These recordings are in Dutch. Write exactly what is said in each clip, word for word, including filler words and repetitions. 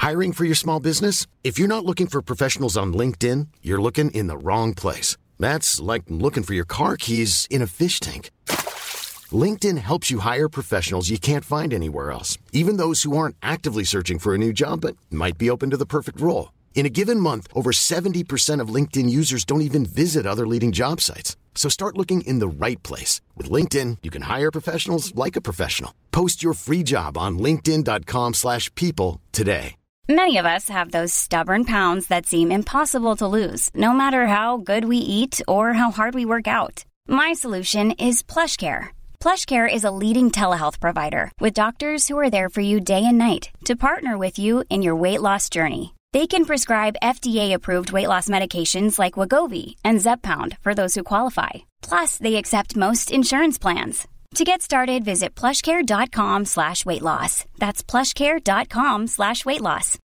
Hiring for your small business? If you're not looking for professionals on LinkedIn, you're looking in the wrong place. That's like looking for your car keys in a fish tank. LinkedIn helps you hire professionals you can't find anywhere else, even those who aren't actively searching for a new job but might be open to the perfect role. In a given month, over seventy percent of LinkedIn users don't even visit other leading job sites. So start looking in the right place. With LinkedIn, you can hire professionals like a professional. Post your free job on linkedin.com slash people today. Many of us have those stubborn pounds that seem impossible to lose, no matter how good we eat or how hard we work out. My solution is PlushCare. PlushCare is a leading telehealth provider with doctors who are there for you day and night to partner with you in your weight loss journey. They can prescribe F D A-approved weight loss medications like Wegovy and Zepbound for those who qualify. Plus, they accept most insurance plans. To get started, visit plushcare.com slash weight loss. That's plushcare.com slash weight loss.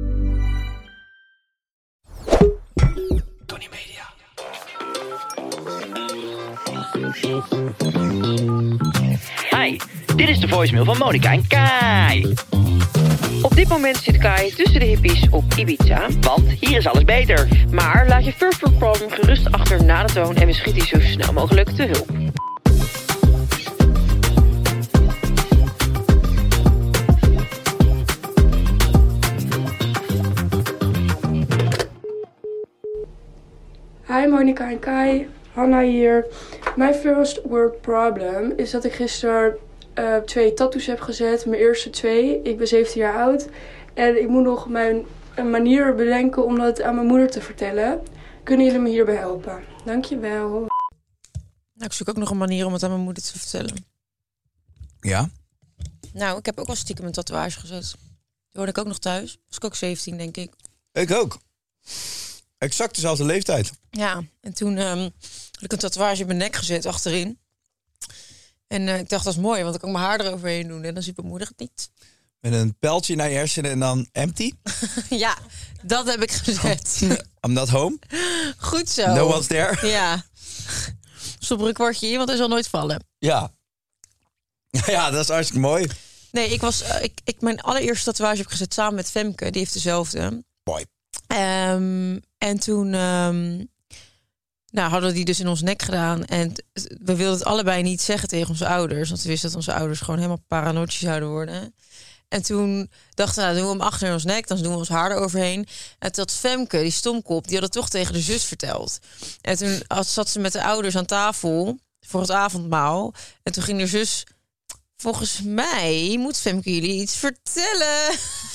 Tony Media. Hi, dit is de voicemail van Monica en Kai. Op dit moment zit Kai tussen de hippies op Ibiza. Want hier is alles beter. Maar laat je first world problem gerust achter na de toon en we schieten je zo snel mogelijk te hulp. Hi Monica en Kai, Hanna hier. Mijn first world problem is dat ik gisteren uh, twee tattoos heb gezet. Mijn eerste twee. Ik ben zeventien jaar oud. En ik moet nog mijn, een manier bedenken om dat aan mijn moeder te vertellen. Kunnen jullie me hierbij helpen? Dankjewel. Nou, ik zoek ook nog een manier om het aan mijn moeder te vertellen. Ja? Nou, ik heb ook al stiekem een tatoeage gezet. Die hoorde ik ook nog thuis. Was ik ook zeventien, denk ik. Ik ook. Exact dezelfde leeftijd. Ja, en toen um, had ik een tatoeage in mijn nek gezet, achterin. En uh, ik dacht, dat is mooi, want dan kan ik mijn haar eroverheen doen. En dan ziet mijn moeder het niet. Met een pijltje naar je hersenen en dan empty? Ja, dat heb ik gezet. I'm not home? Goed zo. No one's there? Ja. Stop er een kwartje in, want hij zal nooit vallen. Ja. Ja, dat is hartstikke mooi. Nee, ik was, uh, ik, ik mijn allereerste tatoeage heb ik gezet samen met Femke. Die heeft dezelfde. Mooi. Um, en toen um, nou, hadden we die dus in ons nek gedaan. En t- we wilden het allebei niet zeggen tegen onze ouders. Want we wisten dat onze ouders gewoon helemaal paranoïde zouden worden. En toen dachten we, nou, doen we hem achter in ons nek. Dan doen we ons haar eroverheen. En dat Femke, die stomkop, die had het toch tegen de zus verteld. En toen zat ze met de ouders aan tafel voor het avondmaal. En toen ging de zus... Volgens mij moet Femke jullie iets vertellen.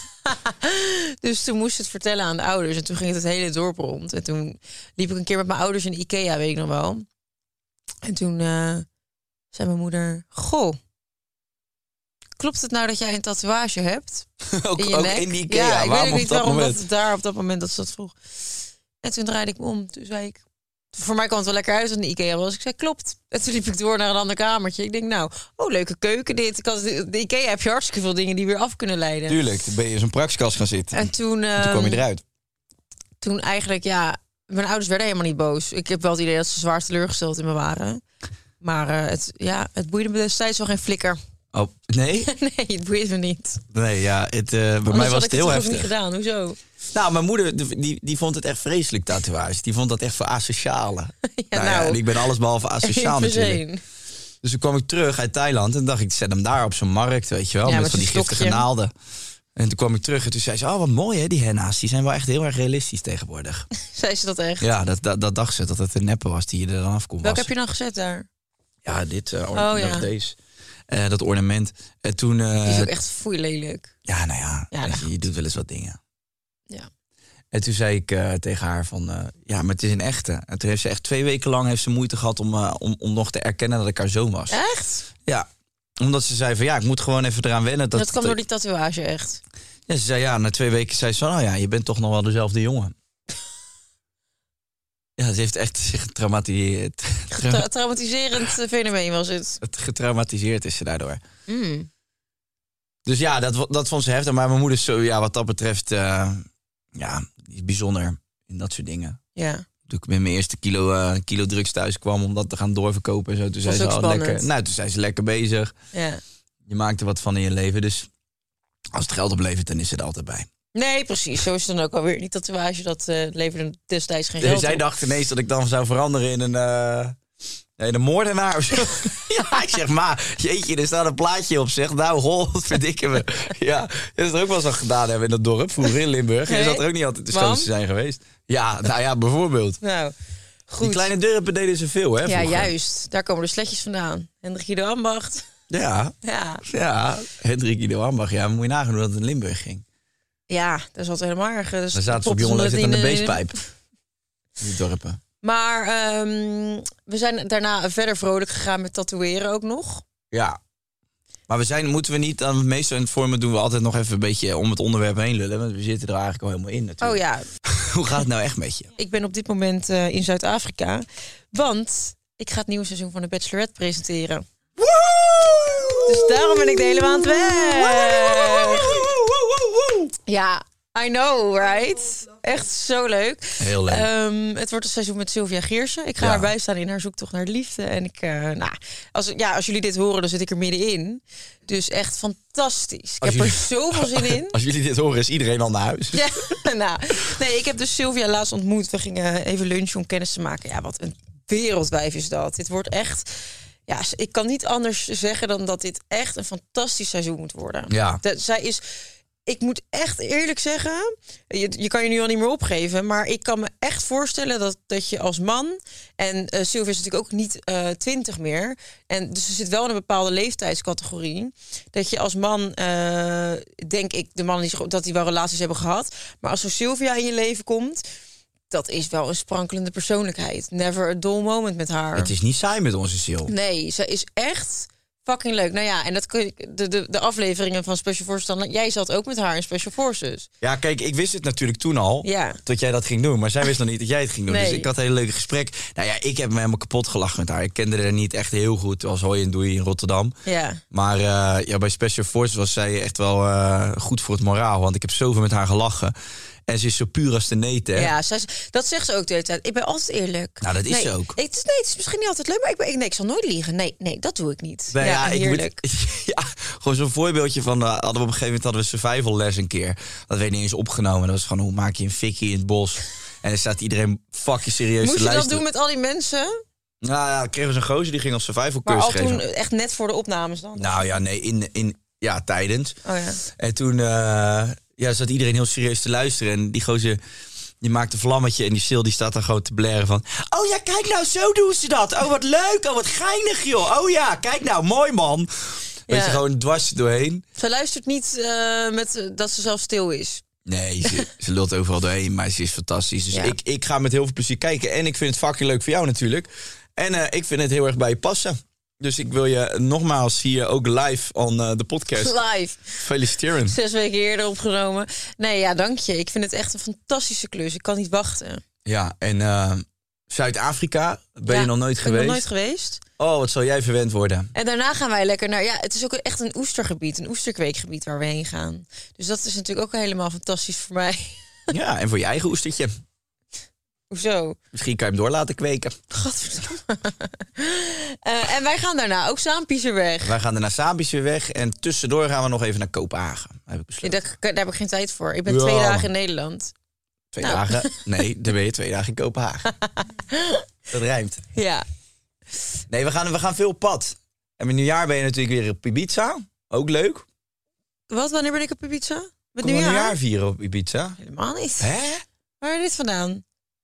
Dus toen moest ze het vertellen aan de ouders. En toen ging het het hele dorp rond. En toen liep ik een keer met mijn ouders in de Ikea, weet ik nog wel. En toen uh, zei mijn moeder... Goh, klopt het nou dat jij een tatoeage hebt? ook, in je ook nek? in die Ikea? Ja, ik waarom weet ook niet op dat waarom moment? dat daar op dat moment dat ze dat vroeg. En toen draaide ik me om. Toen zei ik... Voor mij kwam het wel lekker uit als de Ikea was. Ik zei, klopt. En toen liep ik door naar een ander kamertje. Ik denk, nou, oh, leuke keuken dit. Ik had, de Ikea heb je hartstikke veel dingen die weer af kunnen leiden. Tuurlijk, dan ben je in zo'n praxkast gaan zitten. En toen... En toen kwam je eruit. Toen eigenlijk, ja... Mijn ouders werden helemaal niet boos. Ik heb wel het idee dat ze zwaar teleurgesteld in me waren. Maar uh, het, ja, het boeide me destijds wel geen flikker. Oh, nee? Nee, het boeide me niet. Nee, ja, het, uh, bij Anders mij was had het ik heel het toch heftig. ook niet gedaan, hoezo? Nou, mijn moeder, die, die vond het echt vreselijk, tatoeages. Die vond dat echt voor asociale. Ja, nou, nou. ja, en ik ben alles behalve asociaal Eén plus natuurlijk. één. Dus toen kwam ik terug uit Thailand en dacht ik, zet hem daar op zo'n markt, weet je wel. Ja, met met van die zo'n giftige stokje. naalden. En toen kwam ik terug en toen zei ze, oh wat mooi hè, die henna's. Die zijn wel echt heel erg realistisch tegenwoordig. Zei ze dat echt? Ja, dat, dat, dat dacht ze, dat het een neppe was die je er dan af kon Welke wassen. heb je dan gezet daar? Ja, dit, uh, Oh, oh, ja. deze. Uh, dat ornament. En toen... Uh, Die is ook echt foei lelijk. Ja, nou ja, Ja, weet je, nou. je doet wel eens wat dingen. Ja. En toen zei ik uh, tegen haar van, uh, ja, maar het is een echte. En toen heeft ze echt twee weken lang heeft ze moeite gehad om, uh, om, om nog te erkennen dat ik haar zoon was. Echt? Ja, omdat ze zei van, ja, ik moet gewoon even eraan wennen. Dat, Dat, kwam door die tatoeage echt. Ja, ze zei, ja, na twee weken zei ze van, oh ja, je bent toch nog wel dezelfde jongen. Ja, ze heeft echt zich getraumatiseerd. Tra- traumatiserend fenomeen was het. Getraumatiseerd is ze daardoor. Mm. Dus ja, dat, dat vond ze heftig. Maar mijn moeder is zo, ja, wat dat betreft, uh, ja, die is bijzonder in dat soort dingen. Ja. Toen ik met mijn eerste kilo, uh, kilo drugs thuis kwam om dat te gaan doorverkopen en zo. Toen zei Was ze ook al spannend. lekker. Nou, toen zei ze lekker bezig. Ja. Je maakt er wat van in je leven. Dus als het geld oplevert, dan is ze er altijd bij. Nee, precies. Zo is het dan ook alweer. Die tatoeage, dat uh, leverde destijds geen Nee, geld zij op. dacht ineens dat ik dan zou veranderen in een, uh, in een moordenaar of zo. Ja, ik zeg, ma, jeetje, er staat een plaatje op. Zeg, nou, hol, wat verdikken we. Ja, dat is er ook wel eens aan gedaan hebben in dat dorp, vroeger in Limburg. Nee. Je zat er ook niet altijd de schoonste zijn geweest. Ja, nou ja, bijvoorbeeld. Nou, goed. Die kleine dorpen deden ze veel, hè, Ja, vroeger. Juist. Daar komen de sletjes vandaan. Hendrik Guido Ambacht. Ja, Ja. ja. Hendrik Guido Ambach, ja, moet je nagaan hoe dat in Limburg ging. Ja, dat is altijd helemaal erg. Dus Dan zaten ze op jongen, daar zit aan de beestpijp. Die dorpen. Maar um, we zijn daarna verder vrolijk gegaan met tatoeëren ook nog. Ja. Maar we zijn, moeten we niet, aan meestal in het vormen doen we altijd nog even een beetje om het onderwerp heen lullen. Want we zitten er eigenlijk al helemaal in natuurlijk. Oh ja. Hoe gaat het nou echt met je? Ik ben op dit moment uh, in Zuid-Afrika. Want ik ga het nieuwe seizoen van de Bachelorette presenteren. Woe! Dus daarom ben ik de hele maand weg. Ja, I know, right? Echt zo leuk. Heel leuk. Um, het wordt een seizoen met Sylvia Geersen. Ik ga Ja. haar bijstaan in haar zoektocht naar de liefde. En ik, uh, nou, als, ja, als jullie dit horen, dan zit ik er middenin. Dus echt fantastisch. Ik Als heb jullie- er zoveel zin in. Als jullie dit horen, is iedereen al naar huis. Ja, nou, nee, ik heb dus Sylvia laatst ontmoet. We gingen even lunchen om kennis te maken. Ja, wat een wereldwijf is dat. Dit wordt echt... Ja, ik kan niet anders zeggen dan dat dit echt een fantastisch seizoen moet worden. Ja. De, zij is... Ik moet echt eerlijk zeggen, je, je kan je nu al niet meer opgeven, maar ik kan me echt voorstellen dat, dat je als man, en uh, Sylvia is natuurlijk ook niet uh, twintig meer, en dus ze zit wel in een bepaalde leeftijdscategorie, dat je als man, uh, denk ik, de mannen die, dat die wel relaties hebben gehad, maar als zo Sylvia in je leven komt, dat is wel een sprankelende persoonlijkheid. Never a dull moment met haar. Het is niet saai met onze Sil. Nee, ze is echt fucking leuk. Nou ja, en dat kun je, de, de, de afleveringen van Special Forces, dan, jij zat ook met haar in Special Forces. Ja, kijk, ik wist het natuurlijk toen al, Ja. dat jij dat ging doen. Maar zij wist nog niet dat jij het ging doen. Nee. Dus ik had een hele leuke gesprek. Nou ja, ik heb me helemaal kapot gelachen met haar. Ik kende haar niet echt heel goed, als hoi en doei in Rotterdam. Ja. Maar uh, ja, bij Special Forces was zij echt wel uh, goed voor het moraal. Want ik heb zoveel met haar gelachen. En ze is zo puur als de neet, hè? Ja, zij, dat zegt ze ook de hele tijd. Ik ben altijd eerlijk. Nou, dat is nee, ze ook. Het is, nee, het is misschien niet altijd leuk, maar ik, ben, ik, nee, ik zal nooit liegen. Nee, nee, dat doe ik niet. Nou ja, ik heerlijk. moet, ja, gewoon zo'n voorbeeldje van... Uh, hadden we op een gegeven moment hadden we survival les een keer. Dat werd niet eens opgenomen. Dat was gewoon, hoe maak je een fikkie in het bos? En dan staat iedereen fucking serieus Moest te je dat luisteren. doen met al die mensen? Nou ja, kregen we zo'n gozer, die ging als survival Maar cursus al geven. toen echt net voor de opnames dan? Nou ja, nee, in, in, ja, tijdens. Oh ja. En toen uh, ja, zat iedereen heel serieus te luisteren. En die gozer, die maakt een vlammetje. En die Sil die staat daar gewoon te blaren van... Oh ja, kijk nou, zo doen ze dat. Oh, wat leuk. Oh, wat geinig, joh. Oh ja, kijk nou, mooi man. Weet Ja. je, gewoon dwars doorheen. Ze luistert niet uh, met uh, dat ze zelf stil is. Nee, ze, ze lult overal doorheen, maar ze is fantastisch. Dus Ja. ik, ik ga met heel veel plezier kijken. En ik vind het fucking leuk voor jou natuurlijk. En uh, ik vind het heel erg bij je passen. Dus ik wil je nogmaals hier ook live on uh, de podcast Live. feliciteren. Zes weken eerder opgenomen. Nee, ja, dank je. Ik vind het echt een fantastische klus. Ik kan niet wachten. Ja, en uh, Zuid-Afrika, ben Ja, je nog nooit ben geweest? ik nog nooit geweest. Oh, wat zal jij verwend worden? En daarna gaan wij lekker naar... Ja, het is ook echt een oestergebied. Een oesterkweekgebied waar we heen gaan. Dus dat is natuurlijk ook helemaal fantastisch voor mij. Ja, en voor je eigen oestertje. Hoezo? Misschien kan je hem door laten kweken. Godverdomme. uh, en wij gaan daarna ook Saampiezer weg. Wij gaan er naar Sabi's weer weg. En tussendoor gaan we nog even naar Kopenhagen. Heb ik Ja, besloten. daar, daar heb ik geen tijd voor. Ik ben Ja. twee dagen in Nederland. Twee Nou. dagen? Nee, dan ben je twee dagen in Kopenhagen. Dat rijmt. Ja. Nee, we gaan, we gaan veel op pad. En met nieuwjaar ben je natuurlijk weer op Ibiza. Ook leuk. Wat? Wanneer ben ik op Ibiza? Met Kom we nieuwjaar? nieuwjaar vieren op Ibiza. Helemaal niet. Hè? Waar is dit vandaan?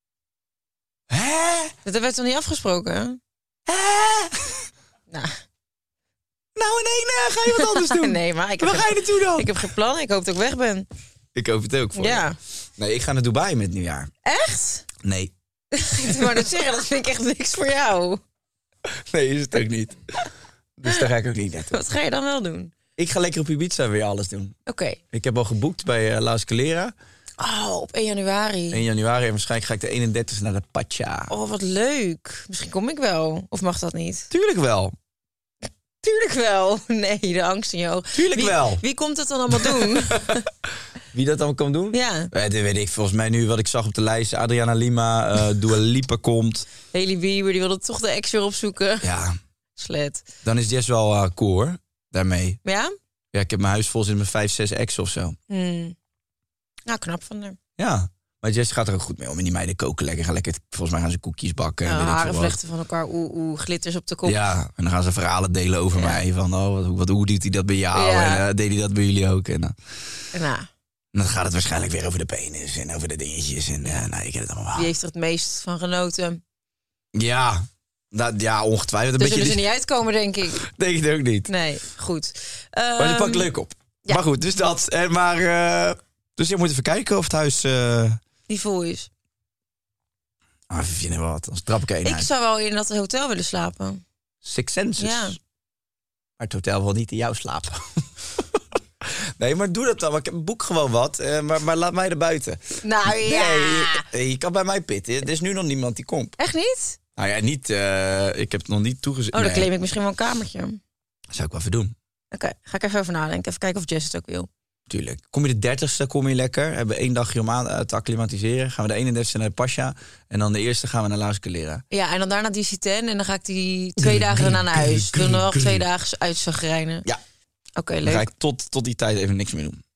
Hè? Dat hebben we toch niet afgesproken? Hè? Nou, Nou, nee, nee, ga je wat anders doen? nee, maar ik heb, Waar ga je geen, naartoe dan? ik heb geen plan. Ik hoop dat ik weg ben. Ik hoop het ook voor je. Ja. Nee, ik ga naar Dubai met nieuwjaar. Echt? Nee. Ik wou dat zeggen, dat vind ik echt niks voor jou. Nee, is het ook niet. Dus daar ga ik ook niet naartoe. Wat ga je dan wel doen? Ik ga lekker op Ibiza weer alles doen. Oké. Ik heb al geboekt bij uh, La Scalera. Oh, op één januari. In januari en waarschijnlijk ga ik de eenendertigste naar de Pacha. Oh, wat leuk. Misschien kom ik wel. Of mag dat niet? Tuurlijk wel. Tuurlijk wel. Nee, de angst in je ogen. Tuurlijk wie, wel. Wie komt het dan allemaal doen? Wie dat dan kan doen? Ja. Eh, dat weet ik volgens mij nu wat ik zag op de lijst. Adriana Lima, uh, Dua Lipa komt. Hailey Bieber, die wilde toch de ex weer opzoeken. Ja, Slet. dan is Jess wel uh, cool hoor. Daarmee. Ja? Ja, ik heb mijn huis vol zitten met vijf, zes ex of zo. Hmm. Nou, knap van haar. Ja. Maar Jess gaat er ook goed mee om. En die meiden koken lekker. Gaan lekker volgens mij gaan ze koekjes bakken. Ja, en weet ik haren veel wat. vlechten van elkaar. Oeh, oeh, glitters op de kop. Ja, en dan gaan ze verhalen delen over Ja. mij. Van, oh, wat, wat, hoe doet hij dat bij jou? Ja. En uh, deed hij dat bij jullie ook? En, uh, Nou, en dan gaat het waarschijnlijk weer over de penis. En over de dingetjes. En uh, nou, je kent het allemaal wel. wie heeft er het meest van genoten? Ja, dat, ja, ongetwijfeld. Een Daar beetje, zullen ze niet uitkomen, denk ik. denk ik het ook niet. Nee, goed. Maar je Ehm, pakt leuk op. ja. Maar goed, dus dat. En maar, uh, dus je moet even kijken of het huis... Uh, Die vol is. ah, even vinden we wat. Dan trap ik er één Ik uit. zou wel in dat hotel willen slapen. Six Senses. Ja. Maar het hotel wil niet in jou slapen. Nee, maar doe dat dan. Maar ik boek gewoon wat. Uh, maar, maar laat mij er buiten. Nou ja. Nee, je, je kan bij mij pitten. Er is nu nog niemand die komt. Echt niet? Nou ja, niet... Uh, ik heb het nog niet toegezegd. Oh, dan nee. claim ik misschien wel een kamertje. Oké, Zou ik wel even doen. ga ik even over nadenken. Even kijken of Jess het ook wil. Tuurlijk. Kom je de dertigste, kom je lekker. Hebben we één dagje om aan uh, te acclimatiseren. Gaan we de eenendertigste naar de Pasja. En dan de eerste gaan we naar La Scalera. Ja, en dan daarna die Citen. En dan ga ik die twee dagen daarna naar huis. Ik wil nog wel twee dagen uitzagrijnen. Ja. Oké, okay, Dan leuk. ga ik tot, tot die tijd even niks meer doen.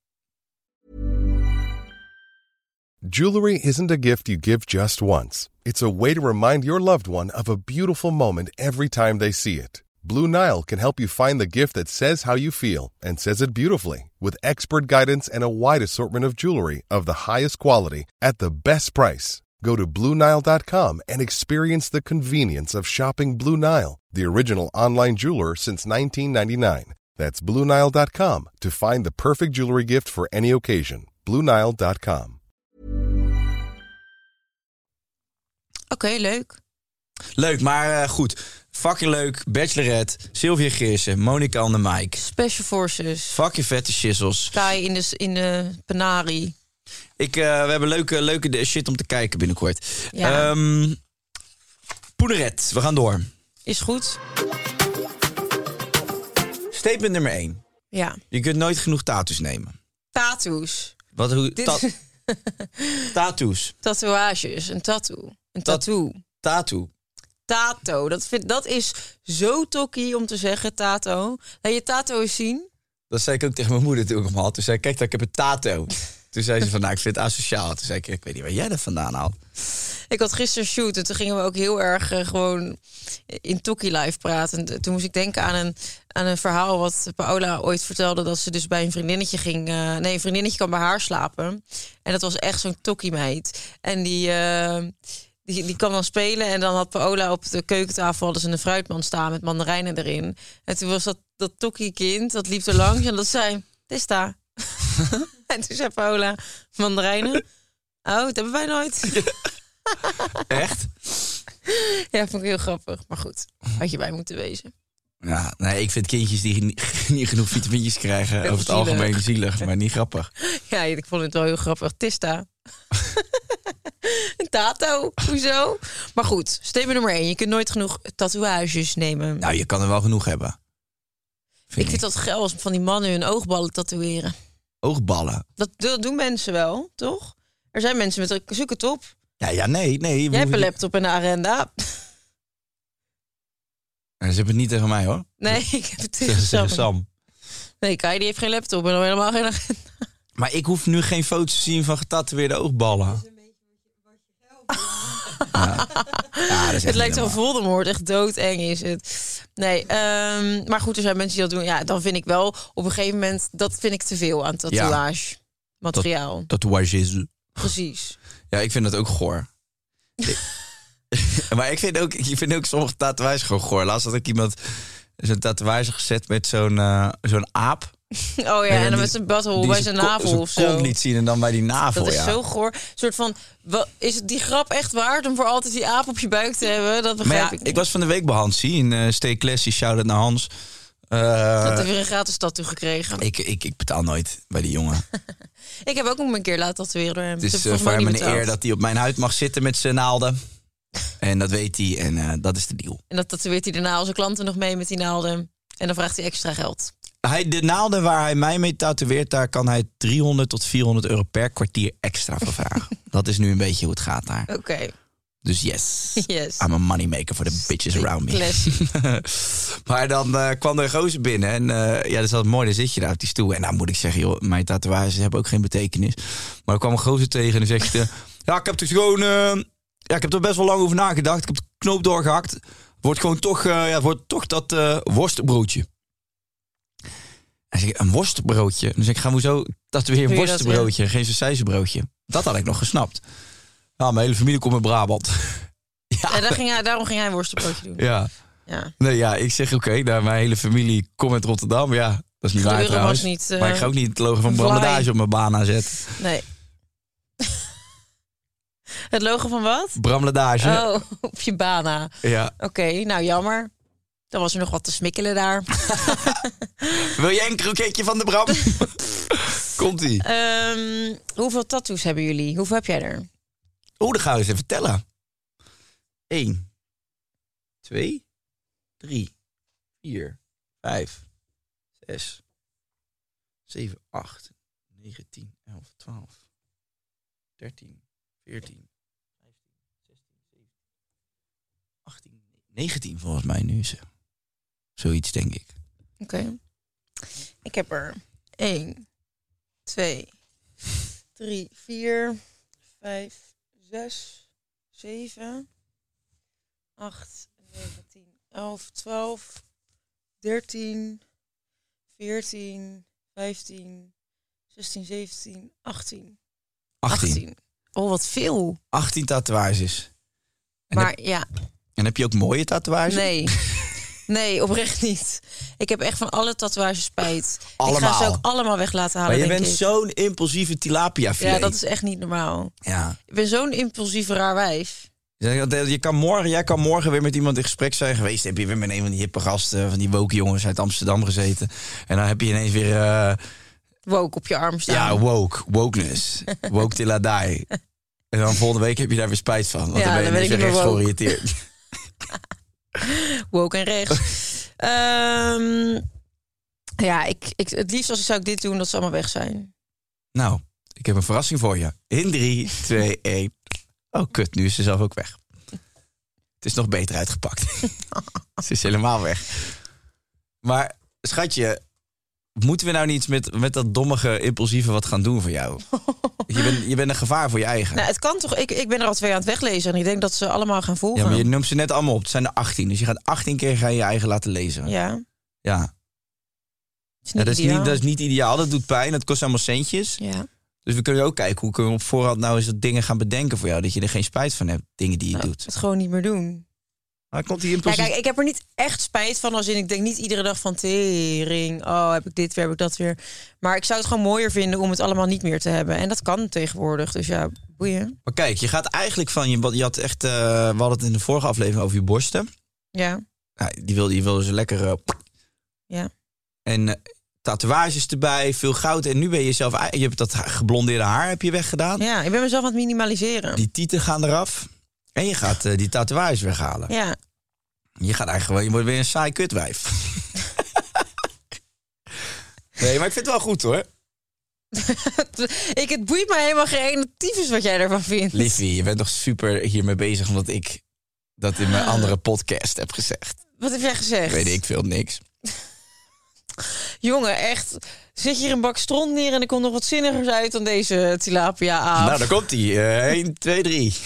Jewelry isn't a gift you give just once. It's a way to remind your loved one of a beautiful moment every time they see it. Blue Nile can help you find the gift that says how you feel and says it beautifully, with expert guidance and a wide assortment of jewelry of the highest quality at the best price. Go to Blue Nile dot com and experience the convenience of shopping Blue Nile, the original online jeweler since nineteen ninety-nine. That's Blue Nile dot com to find the perfect jewelry gift for any occasion. Blue Nile dot com. Oké, okay, leuk. Leuk, maar uh, goed. Fucking leuk. Bachelorette, Sylvia Geersen, Monica on the mic. Special Forces. Fucking vette shizzles. Sta je in de, in de Penari. Ik, uh, we hebben leuke, leuke shit om te kijken binnenkort. Ja. Um, Poeneret, we gaan door. Is goed. Statement nummer één. Ja. Je kunt nooit genoeg tattoos nemen. Tattoos. Wat, hoe, Dit- ta- tattoos. Tatoeages. Een tattoo. Een tattoo. Tattoo. Tato. Dat, vind, dat is zo tokkie om te zeggen, tato. Laat je tato eens zien. Dat zei ik ook tegen mijn moeder toen ik hem had. Toen zei ik, kijk, ik heb een tato. Toen zei ze van, nou, ik vind het asociaal. Toen zei ik, ik weet niet waar jij dat vandaan haalt. Ik had gisteren shoot en toen gingen we ook heel erg uh, gewoon in Tokkie Live praten. En toen moest ik denken aan een, aan een verhaal wat Paola ooit vertelde. Dat ze dus bij een vriendinnetje ging. Uh, nee, een vriendinnetje kan bij haar slapen. En dat was echt zo'n Tokkie meid. En die... Uh, Die, die kan dan spelen en dan had Paola op de keukentafel hadden ze een fruitmand staan met mandarijnen erin. En toen was dat, dat tokkie kind, dat liep er langs en dat zei, Testa. En toen zei Paola, mandarijnen? Oh, dat hebben wij nooit. Ja. Echt? Ja, vond ik heel grappig. Maar goed, had je bij moeten wezen. Ja, nee, ik vind kindjes die niet, niet genoeg vitamintjes krijgen Heel over het zielig. algemeen zielig, maar niet grappig. Ja, ik vond het wel heel grappig. Testa. Een tato, hoezo? Maar goed, statement nummer één. Je kunt nooit genoeg tatoeages nemen. Nou, je kan er wel genoeg hebben. Vind ik vind dat geil als van die mannen hun oogballen tatoeëren. Oogballen? Dat, dat doen mensen wel, toch? Er zijn mensen met een zoek het op. Ja, ja, nee, nee. Jij hebt een laptop en een agenda. Ze hebben het niet tegen mij, hoor. Nee, ik heb het Zeg- tegen zeggen Sam. Sam. Nee, Kai die heeft geen laptop en dan helemaal geen agenda. Maar ik hoef nu geen foto's te zien van getatoeëerde oogballen. Ja. Ja, dat is echt Het lijkt niet wel Voldemort, echt doodeng is het. Nee, um, maar goed, er zijn mensen die dat doen. Ja, dan vind ik wel op een gegeven moment, dat vind ik te veel aan tatoeage. Materiaal. Tatoeages. Precies. Ja, ik vind dat ook goor. Maar ik vind ook, ik vind ook sommige tatoeages gewoon goor. Laatst had ik iemand zo'n tatoeage gezet met zo'n uh, zo'n aap. Oh ja, en, en dan met zijn butthole bij zijn navel of zo. Kont liet zien en dan bij die navel, Dat is ja. zo goor. Een soort van, wat, is het die grap echt waard om voor altijd die aap op je buik te hebben? Dat begrijp Maar ja, ik niet. ik was van de week bij Hansie in uh, Stay Classy. Shout-out naar Hans. Uh, Dat heb weer een gratis tattoo gekregen. ik, ik, ik betaal nooit bij die jongen. Ik heb ook nog een keer laten tatoeëren door hem. Het Ze is hebben uh, volgens voor mij hem niet een eer betaald. dat hij op mijn huid mag zitten met zijn naalden. En dat weet hij en uh, dat is de deal. En dat tatoeëert hij daarna al zijn klanten nog mee met die naalden. En dan vraagt hij extra geld. Hij, de naalden waar hij mij mee tatoeëert, daar kan hij driehonderd tot vierhonderd euro per kwartier extra voor vragen. Dat is nu een beetje hoe het gaat daar. Oké. Okay. Dus yes, Yes. I'm a moneymaker for the bitches around me. Maar dan uh, kwam er een gozer binnen. En uh, ja, dat is altijd mooi. Dan zit je daar op die stoel. En nou moet ik zeggen, joh, mijn tatoeages hebben ook geen betekenis. Maar er kwam een gozer tegen en dan zegt hij... ja, ik heb er gewoon... Uh, ja, ik heb er best wel lang over nagedacht. Ik heb de knoop doorgehakt. Het wordt gewoon toch, uh, ja, het wordt toch dat uh, worstbroodje. En zeg ik, een worstbroodje? Dan zeg ik, ga hoezo tatoeëren een worstbroodje, ja? Geen sausijzenbroodje. Dat had ik nog gesnapt. Nou, mijn hele familie komt uit Brabant. Ja, en daar ging hij, daarom ging hij een worstenbroodje doen. Ja. Ja. Nee, ja, ik zeg oké, okay, nou, mijn hele familie komt uit Rotterdam. Ja, dat is niet waar trouwens. Niet, uh, maar ik ga ook niet het logo van Bramladage op mijn bana zetten. Nee. Het logo van wat? Bramladage. Oh, op je bana. Ja. Oké, okay, nou jammer. Dan was er nog wat te smikkelen daar. Wil jij een kroketje van de Bram? Komt-ie. Um, hoeveel tattoos hebben jullie? Hoeveel heb jij er? Oeh, dan gaan we eens even tellen. Eén. Twee. Drie. Vier. Vijf. Zes. Zeven. Acht. Negen. Tien. Elf. Twaalf. Dertien. Veertien. Vijftien. Zestien. Zeventien. Achttien. Negentien volgens mij nu is ze. Zoiets denk ik. Oké. Okay. Ik heb er één. Twee. Drie. Vier. Vijf. Zes, zeven, acht, negen, tien, elf, twaalf, dertien, veertien, vijftien, zestien, zeventien, achttien. achttien. achttien. Oh, wat veel. achttien tatoeages. En maar heb, ja. En heb je ook mooie tatoeages? Nee. Nee, oprecht niet. Ik heb echt van alle tatoeages spijt. Allemaal. Ik ga ze ook allemaal weg laten halen. Maar je denk bent ik. zo'n impulsieve tilapia-filet. Ja, dat is echt niet normaal. Ja. Ik ben zo'n impulsieve raar wijf. Je kan morgen, jij kan morgen weer met iemand in gesprek zijn geweest. Heb je weer met een van die hippe gasten, van die woke jongens uit Amsterdam gezeten. En dan heb je ineens weer... Uh... Woke op je arm staan. Ja, woke. Wokeness. Woke till I die. En dan volgende week heb je daar weer spijt van. Want ja, dan ben je dan ineens weer rechts georiënteerd. Woke en rechts. um, ja, ik, ik, het liefst als zou ik dit doen, dat ze allemaal weg zijn. Nou, ik heb een verrassing voor je. In drie, twee, één. Oh, kut, nu is ze zelf ook weg. Het is nog beter uitgepakt. Ze is helemaal weg. Maar, schatje, moeten we nou niet met, met dat dommige, impulsieve wat gaan doen voor jou? Je bent, je bent een gevaar voor je eigen. Nou, het kan toch, ik, ik ben er al twee aan het weglezen en ik denk dat ze allemaal gaan volgen. Ja, maar je noemt ze net allemaal op. Het zijn er achttien, dus je gaat achttien keer ga je, je eigen laten lezen. Ja. Ja. Is ja dat, is niet, dat is niet ideaal, dat doet pijn, dat kost allemaal centjes. Ja. Dus we kunnen ook kijken, hoe kunnen we op voorhand nou eens dat dingen gaan bedenken voor jou, dat je er geen spijt van hebt, dingen die je nou, doet. Het gewoon niet meer doen. Maar komt die impulsief... Ja, kijk, ik heb er niet echt spijt van, als in ik denk niet iedere dag van tering, oh, heb ik dit weer, heb ik dat weer. Maar ik zou het gewoon mooier vinden om het allemaal niet meer te hebben. En dat kan tegenwoordig, dus ja, boeien. Maar kijk, je gaat eigenlijk van, je, je had echt, uh, we hadden het in de vorige aflevering over je borsten. Ja. Nou, die wilde je wilde ze lekker... Uh, ja. En uh, tatoeages erbij, veel goud. En nu ben je zelf, je hebt dat geblondeerde haar heb je weggedaan. Ja, ik ben mezelf aan het minimaliseren. Die tieten gaan eraf. En je gaat uh, die tatoeages weghalen. Ja. Je gaat eigenlijk gewoon, je wordt weer een saai kutwijf. Nee, maar ik vind het wel goed hoor. ik, het boeit me helemaal geen tyfus wat jij ervan vindt. Liefie, je bent toch super hiermee bezig omdat ik dat in mijn andere podcast heb gezegd. Wat heb jij gezegd? Weet ik veel, niks. Jongen, echt, zet je hier een bak stront neer en er komt nog wat zinnigers uit dan deze tilapia aap. Nou, daar komt hij. Uh, één, twee, drie.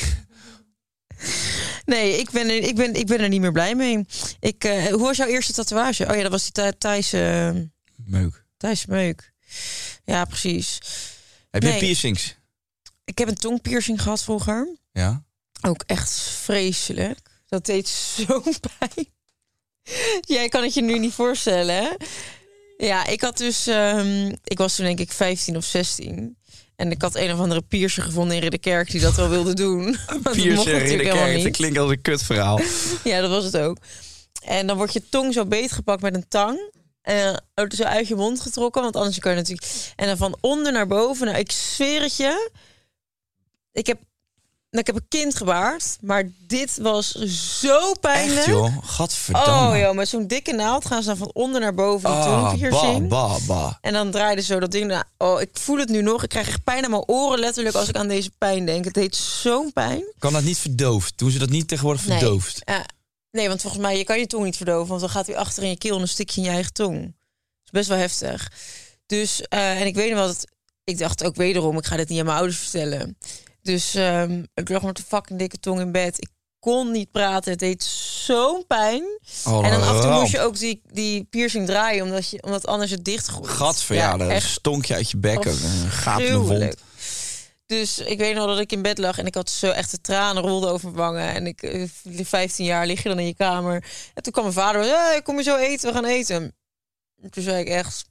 Nee, ik ben, er, ik, ben, ik ben er niet meer blij mee. Ik, uh, hoe was jouw eerste tatoeage? Oh ja, dat was die Thijs... Uh, Meuk. Thijs Meuk. Ja, precies. Heb je nee, piercings? Ik heb een tongpiercing gehad vroeger. Ja? Ook echt vreselijk. Dat deed zo'n pijn. Jij kan het je nu niet voorstellen, hè? Ja, ik had dus... Um, ik was toen denk ik vijftien of zestien. En ik had een of andere piercer gevonden in Ridderkerk die dat wel wilde doen. Een piercer in Ridderkerk, dat klinkt als een kutverhaal. Ja, dat was het ook. En dan wordt je tong zo beetgepakt met een tang. En uh, zo uit je mond getrokken, want anders kan je natuurlijk... En dan van onder naar boven. Nou, ik zweer het je. Ik heb ik heb een kind gebaard, maar dit was zo pijnlijk. Echt joh, gadverdamme. Oh joh, met zo'n dikke naald gaan ze dan van onder naar boven die Ah, tongpiercing. bah, bah, bah. En dan draaide zo dat ding naar... Oh, ik voel het nu nog. Ik krijg echt pijn aan mijn oren letterlijk als ik aan deze pijn denk. Het deed zo'n pijn. Kan dat niet verdoofd? Doen ze dat niet tegenwoordig verdoofd? Nee, uh, nee, want volgens mij, je kan je tong niet verdoven, want dan gaat hij achter in je keel en een stukje in je eigen tong. Dat is best wel heftig. Dus, uh, en ik weet nog wat het... Ik dacht ook wederom, ik ga dit niet aan mijn ouders vertellen. Dus um, ik lag met een fucking dikke tong in bed. Ik kon niet praten. Het deed zo'n pijn. Oh, en dan af en toe ramp. moest je ook die, die piercing draaien, omdat, je, omdat anders het dicht groeit. Gadver, ja, ja echt stonk je uit je bek. Een gapende gruwelijk. wond. Dus ik weet nog dat ik in bed lag en ik had zo echt de tranen rolden over mijn wangen. En ik, uh, vijftien jaar, lig je dan in je kamer. En toen kwam mijn vader, hey, kom je zo eten, we gaan eten. En toen zei ik echt,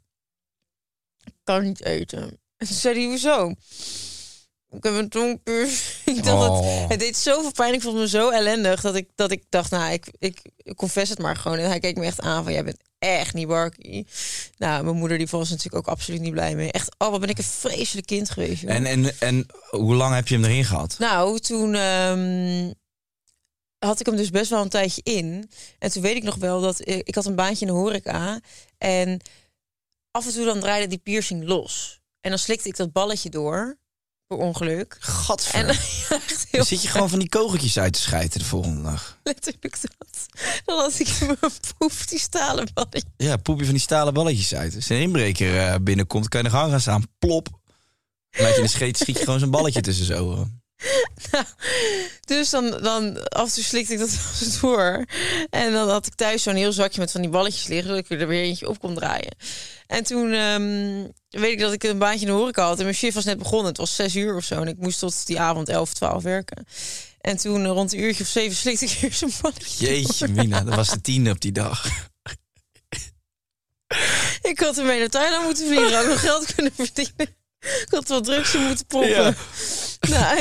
ik kan niet eten. En toen zei hij, hoezo? Ik heb een tongpiercing. Oh. Het, het deed zoveel pijn. Ik vond me zo ellendig dat ik, dat ik dacht, nou, ik, ik, ik confess het maar gewoon. En hij keek me echt aan van, jij bent echt niet Barkie. Nou, mijn moeder die was natuurlijk ook absoluut niet blij mee. Echt, oh, wat ben ik een vreselijk kind geweest. Joh. En, en, en hoe lang heb je hem erin gehad? Nou, toen um, had ik hem dus best wel een tijdje in. En toen weet ik nog wel dat ik, ik had een baantje in de horeca. En af en toe dan draaide die piercing los. En dan slikte ik dat balletje door. Per ongeluk. Gadver. En, ja, echt heel dan zit je gewoon van die kogeltjes uit te schijten de volgende dag. Letterlijk dat. Dan had ik in mijn poep die stalen balletjes. Ja, poep je van die stalen balletjes uit. Als er een inbreker uh, binnenkomt, kan je nog aan gaan staan. Plop. Dan laat je in de scheet, schiet je gewoon zo'n balletje tussen zijn oren. Nou, dus dan, dan af en toe slikte ik dat door. En dan had ik thuis zo'n heel zakje met van die balletjes liggen, zodat ik er weer eentje op kon draaien. En toen um, weet ik dat ik een baantje in de horeca had. En mijn shift was net begonnen. Het was zes uur of zo. En ik moest tot die avond elf, twaalf werken. En toen uh, rond een uurtje of zeven slikte ik weer zo'n balletje. Jeetje, door. Mina, dat was de tiende op die dag. Ik had ermee naar Thailand moeten vliegen. Ook nog geld kunnen verdienen. Ik had wel drugs in moeten poppen. Ja. Nou,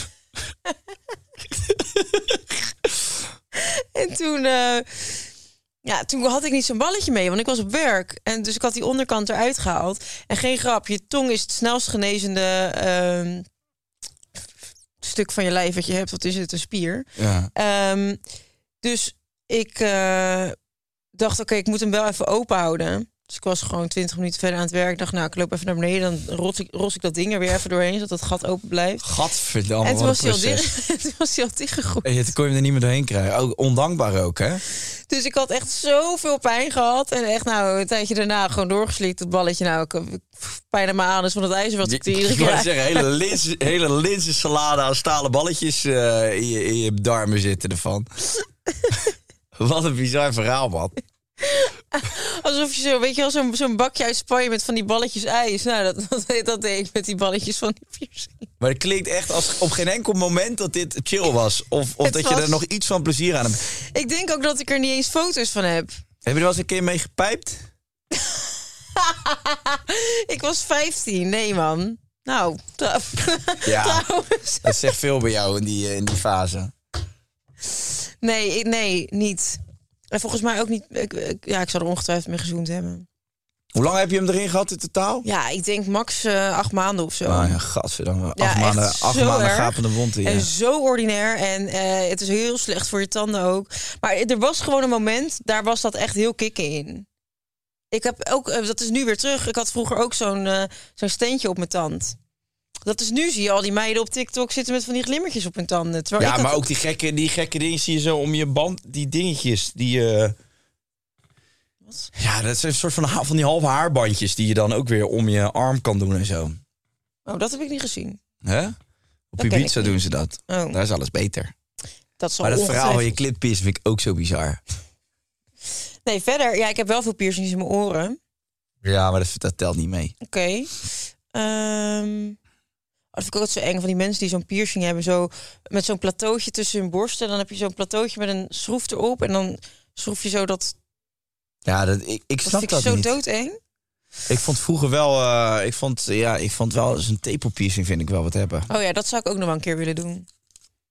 en toen, uh, ja, toen had ik niet zo'n balletje mee, want ik was op werk. En dus ik had die onderkant eruit gehaald. En geen grap, je tong is het snelst genezende uh, stuk van je lijf wat je hebt. Wat is het, een spier. Ja. Um, dus ik uh, dacht, oké, okay, ik moet hem wel even open houden. Dus ik was gewoon twintig minuten verder aan het werk. Ik dacht, nou, ik loop even naar beneden. Dan ros ik, ros ik dat ding er weer even doorheen, zodat dat gat open blijft. Gadverdamme, en toen was, wat hij al dicht, toen was hij al dichtgegroeid. En toen kon je hem er niet meer doorheen krijgen. Ook ondankbaar ook, hè? Dus ik had echt zoveel pijn gehad. En echt, nou, een tijdje daarna gewoon doorgeslikt. Het balletje, nou, ik heb pijn aan mijn anus van het ijzer wat ik er iedere keer... Ik zeggen, hele, lins, hele linzensalade aan stalen balletjes uh, in, je, in je darmen zitten ervan. Wat een bizar verhaal, man. Alsof je zo, weet je wel, zo'n zo'n bakje uit Spanje met van die balletjes ijs. Nou, dat, dat, dat deed ik met die balletjes van die piercing. Maar het klinkt echt als op geen enkel moment dat dit chill was. Of, of dat was... je er nog iets van plezier aan hebt. Ik denk ook dat ik er niet eens foto's van heb. Heb je er wel eens een keer mee gepijpt? Ik was vijftien, nee man. Nou, ja, dat zegt veel bij jou in die, in die fase. Nee, nee, niet. En volgens mij ook niet... Ik, ik, ja, ik zou er ongetwijfeld mee gezoend hebben. Hoe lang heb je hem erin gehad in totaal? Ja, ik denk max uh, acht maanden of zo. Ah ja, gadverdamme. Ja, acht maanden, acht maanden gapende wond. Ja. En zo ordinair. En uh, het is heel slecht voor je tanden ook. Maar er was gewoon een moment, daar was dat echt heel kicken in. Ik heb ook, uh, dat is nu weer terug. Ik had vroeger ook zo'n uh, zo'n steentje op mijn tand. Dat is nu, zie je al die meiden op TikTok zitten met van die glimmertjes op hun tanden. Ja, ik maar had... ook die gekke, die gekke dingen zie je zo om je band, die dingetjes, die... Uh... Wat? Ja, dat zijn een soort van, van die halve haarbandjes die je dan ook weer om je arm kan doen en zo. Oh, dat heb ik niet gezien. Hè? Op Ibiza doen ze dat. Oh. Daar is alles beter. Dat zal maar dat verhaal van je clippis vind ik ook zo bizar. Nee, verder, ja, ik heb wel veel piercings in mijn oren. Ja, maar dat, dat telt niet mee. Oké. Okay. Um... Dat vind ik ook zo eng van die mensen die zo'n piercing hebben. Zo, met zo'n plateautje tussen hun borsten. Dan heb je zo'n plateautje met een schroef erop. En dan schroef je zo dat... Ja, dat, ik, ik snap dat, dat zo niet. doodeng. Ik vond vroeger wel... Uh, ik vond, ja, ik vond wel... Zo'n tepelpiercing vind ik wel wat hebben. Oh ja, dat zou ik ook nog wel een keer willen doen.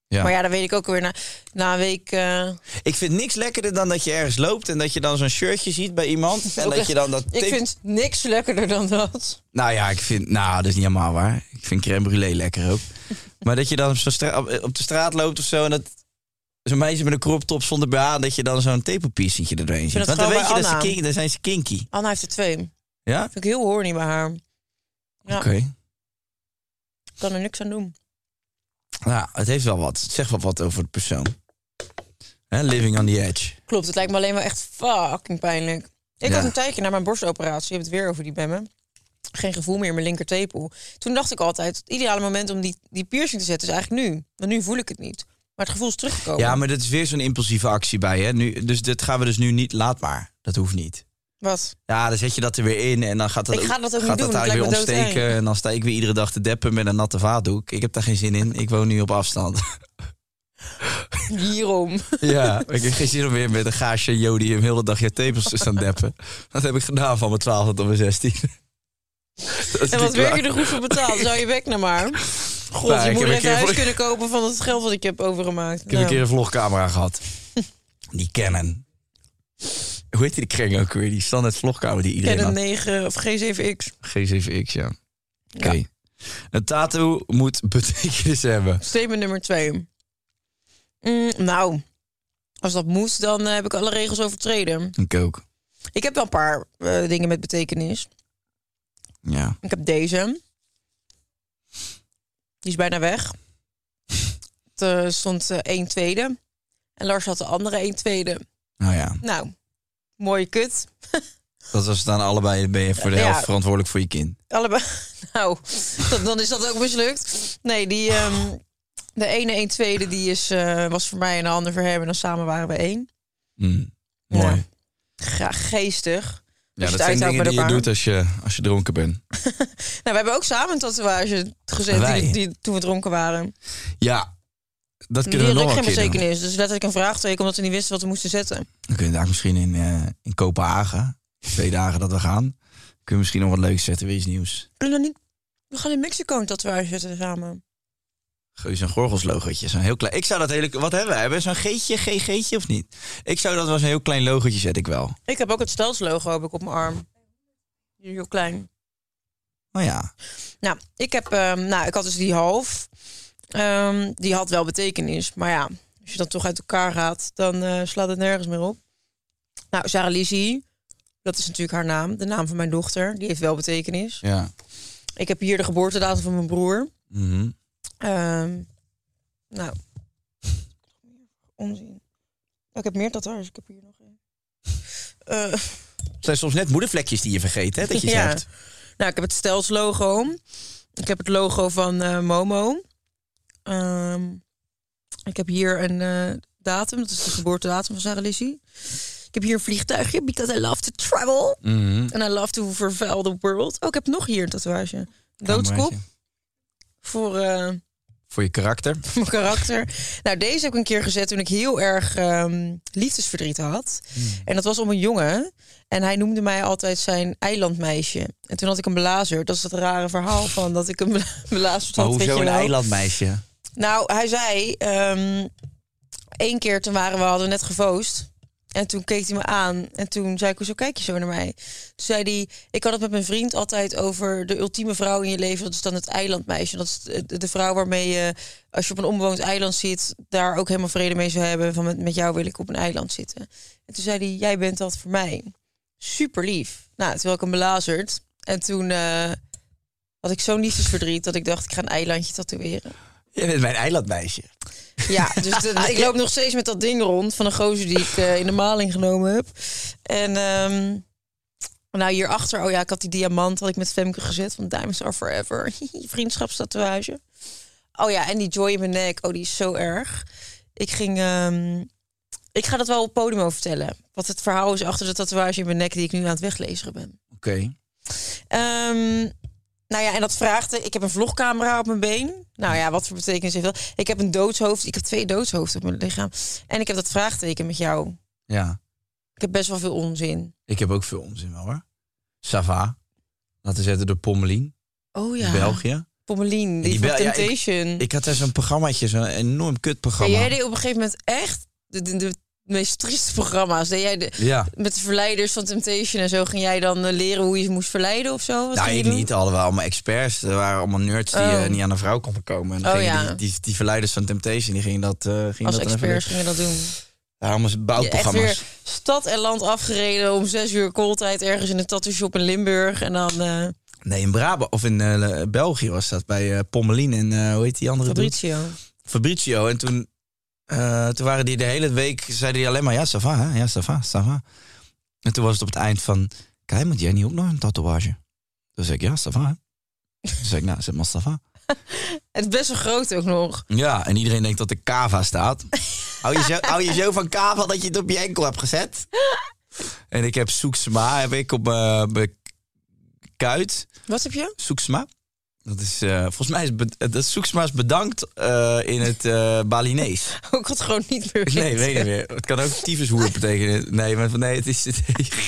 Ja. Maar ja, dan weet ik ook weer na, na een week... Uh... Ik vind niks lekkerder dan dat je ergens loopt... en dat je dan zo'n shirtje ziet bij iemand. En dat je dan dat Ik tape... vind niks lekkerder dan dat. Nou ja, ik vind... Nou, dat is niet helemaal waar. Ik vind crème brûlée lekker ook. Maar dat je dan op, stra- op de straat loopt of zo... en dat zo'n meisje met een crop top zonder B H... dat je dan zo'n tepelpiecentje er doorheen ziet. Want dan weet je dat ze, kin- dan zijn ze kinky. Anna heeft er twee. Ja? Vind ik heel horny bij haar. Ja. Oké. Okay. Ik kan er niks aan doen. Nou, het heeft wel wat. Het zegt wel wat over de persoon. He, living on the edge. Klopt, het lijkt me alleen wel echt fucking pijnlijk. Ik ja. had een tijdje na mijn borstoperatie, je hebt het weer over die bij me. Geen gevoel meer in mijn linkertepel. Toen dacht ik altijd, het ideale moment om die, die piercing te zetten is eigenlijk nu. Want nu voel ik het niet. Maar het gevoel is teruggekomen. Ja, maar dat is weer zo'n impulsieve actie bij, hè? Nu, dus dat gaan we dus nu niet... Laat maar. Dat hoeft niet. Wat? Ja, dan zet je dat er weer in en dan gaat dat ik ook, ga dat ook gaat niet dat doen, daar weer ontsteken. En dan sta ik weer iedere dag te deppen met een natte vaatdoek. Ik heb daar geen zin in. Ik woon nu op afstand. Hierom. Ja, ik heb geen zin om weer met een gaasje jodium heel de dag je tepels te staan deppen. Dat heb ik gedaan van mijn twaalfde tot mijn zestiende. En wat werk je er goed voor betaald? Zou je bek nou maar? God, nou, je moet even huis vlog... kunnen kopen van het geld wat ik heb overgemaakt. Ik nou. heb een keer een vlogcamera gehad. Die Canon. Hoe heet die kring ook weer? Die standaard vlogcamera die iedereen Canon had. negen of G zeven X. G zeven X, ja. Oké. Okay. Ja. Een tattoo moet betekenis hebben. Statement nummer twee. Mm, nou, als dat moet, dan uh, heb ik alle regels overtreden. Ik ook. Ik heb wel een paar uh, dingen met betekenis. Ja. Ik heb deze. Die is bijna weg. Er uh, stond uh, één tweede. En Lars had de andere één tweede. Nou ja. Nou, mooie kut. Dat was dan allebei, ben je voor de helft ja, verantwoordelijk voor je kind. Allebei. Nou, dat, dan is dat ook mislukt. Nee, die, um, de ene één tweede die is, uh, was voor mij en de ander voor hem. En dan samen waren we één. Mm, mooi. Ja. Graag geestig. Ja, dat zijn dingen die je doet als je, als je dronken bent. Nou, we hebben ook samen een tatoeage gezet die, die, toen we dronken waren. Ja, dat kunnen die we nog een keer geen betekenis. Dus letterlijk een vraagteken omdat we niet wisten wat we moesten zetten. Dan kun je daar misschien in, uh, in Kopenhagen, twee dagen dat we gaan, kun je misschien nog wat leuks zetten, weer iets nieuws. En dan niet, we gaan in Mexico een tatoeage zetten samen. Geus en Gorgels logootje, zo'n heel klein. Ik zou dat hele, wat hebben wij? Hebben we zo'n G'tje, G G'tje of niet? Ik zou dat wel eens een heel klein logootje zet ik wel. Ik heb ook het Stels logo heb ik op mijn arm. Heel klein. Oh ja. Nou, ik heb, um, nou, ik had dus die half. Um, die had wel betekenis, maar ja, als je dan toch uit elkaar gaat, dan uh, slaat het nergens meer op. Nou, Sarah Lizzie, dat is natuurlijk haar naam, de naam van mijn dochter, die heeft wel betekenis. Ja. Ik heb hier de geboortedatum van mijn broer. Mm-hmm. Um, nou, onzin. Oh, ik heb meer tatoeages. Ik heb hier nog een. Uh, Het zijn soms net moedervlekjes die je vergeet, hè? Dat je ja. zegt. Nou, ik heb het Stels logo. Ik heb het logo van uh, Momo. Um, ik heb hier een uh, datum. Dat is de geboortedatum van Sarah Lizzie. Ik heb hier een vliegtuigje. Because I love to travel. Mm-hmm. And I love to vervuil the world. Oh, ik heb nog hier een tatoeage. Doodskop. Voor... Uh, Voor je karakter? Voor mijn karakter. Nou, deze heb ik een keer gezet toen ik heel erg um, liefdesverdriet had. Mm. En dat was om een jongen. En hij noemde mij altijd zijn eilandmeisje. En toen had ik een blazer. Dat is dat rare verhaal van dat ik een blazer had. Oh, hoezo een nou. eilandmeisje? Nou, hij zei... Um, één keer toen waren we, hadden we net gevoost. En toen keek hij me aan. En toen zei ik, hoezo kijk je zo naar mij? Toen zei hij, ik had het met mijn vriend altijd over de ultieme vrouw in je leven. Dat is dan het eilandmeisje. Dat is de, de vrouw waarmee je, als je op een onbewoond eiland zit, daar ook helemaal vrede mee zou hebben. Van met, met jou wil ik op een eiland zitten. En toen zei hij, jij bent dat voor mij. Super lief. Nou, terwijl ik hem belazerd. En toen uh, had ik zo'n liefdesverdriet dat ik dacht, ik ga een eilandje tatoeëren. Je bent mijn eilandmeisje. Ja, dus de, ik loop nog steeds met dat ding rond van een gozer die ik uh, in de maling genomen heb. En um, nou hierachter, oh ja, ik had die diamant had ik met Femke gezet van Diamonds Are Forever. Vriendschapstatoeage. Oh ja, en die joy in mijn nek, oh die is zo erg. Ik ging, um, ik ga dat wel op het podium over vertellen. Wat het verhaal is achter de tatoeage in mijn nek die ik nu aan het weglezen ben. Oké. Okay. Um, Nou ja, en dat vraagde... Ik heb een vlogcamera op mijn been. Nou ja, wat voor betekenis heeft dat? Ik heb een doodshoofd. Ik heb twee doodshoofden op mijn lichaam. En ik heb dat vraagteken met jou. Ja. Ik heb best wel veel onzin. Ik heb ook veel onzin wel, hoor. Sava. Laten zetten door Pommelien. Oh ja. België. Pommelien, die, die van bel- ja, Temptation. Ik had daar zo'n programmaatje, zo'n enorm kutprogramma. En jij deed op een gegeven moment echt de, de, de meest trieste programma's. Deed jij de, Ja. met de verleiders van Temptation en zo ging jij dan uh, leren hoe je ze moest verleiden of zo? Wat Nou, ging je ik doen? niet. Hadden we allemaal experts. Er waren allemaal nerds die Oh. uh, niet aan een vrouw konden komen. En dan Oh, gingen ja. die, die, die verleiders van Temptation, die gingen dat, uh, gingen Als dat dan even experts gingen dat doen. Ja, allemaal Je echt bouwprogramma's. weer stad en land afgereden om zes uur kooltijd ergens in een tattoo shop in Limburg. En dan uh, Nee, in Brabant of in uh, België was dat bij uh, Pommelien en uh, hoe heet die andere? Fabrizio. dude? Fabrizio. En toen, uh, toen waren die de hele week, zeiden die alleen maar, ja, ça va, hè? Ja, ça va, ça va. En toen was het op het eind van, kijk, moet jij niet ook nog een tatoeage? Toen zei ik, ja, ça va, hè? Toen zei ik, nou, zeg maar, ça va. Het is best wel groot ook nog. Ja, en iedereen denkt dat er Kava staat. hou, je zo, hou je zo van Kava dat je het op je enkel hebt gezet? En ik heb Soeksma, heb ik op mijn kuit. Wat heb je? Soeksma. Dat is, uh, volgens mij is, be- dat Soeksma is bedankt uh, in het uh, Balinees. Ook het gewoon niet meer weten. Nee, weet niet meer. Het kan ook tyfushoer betekenen. Nee, maar nee, het is... Het,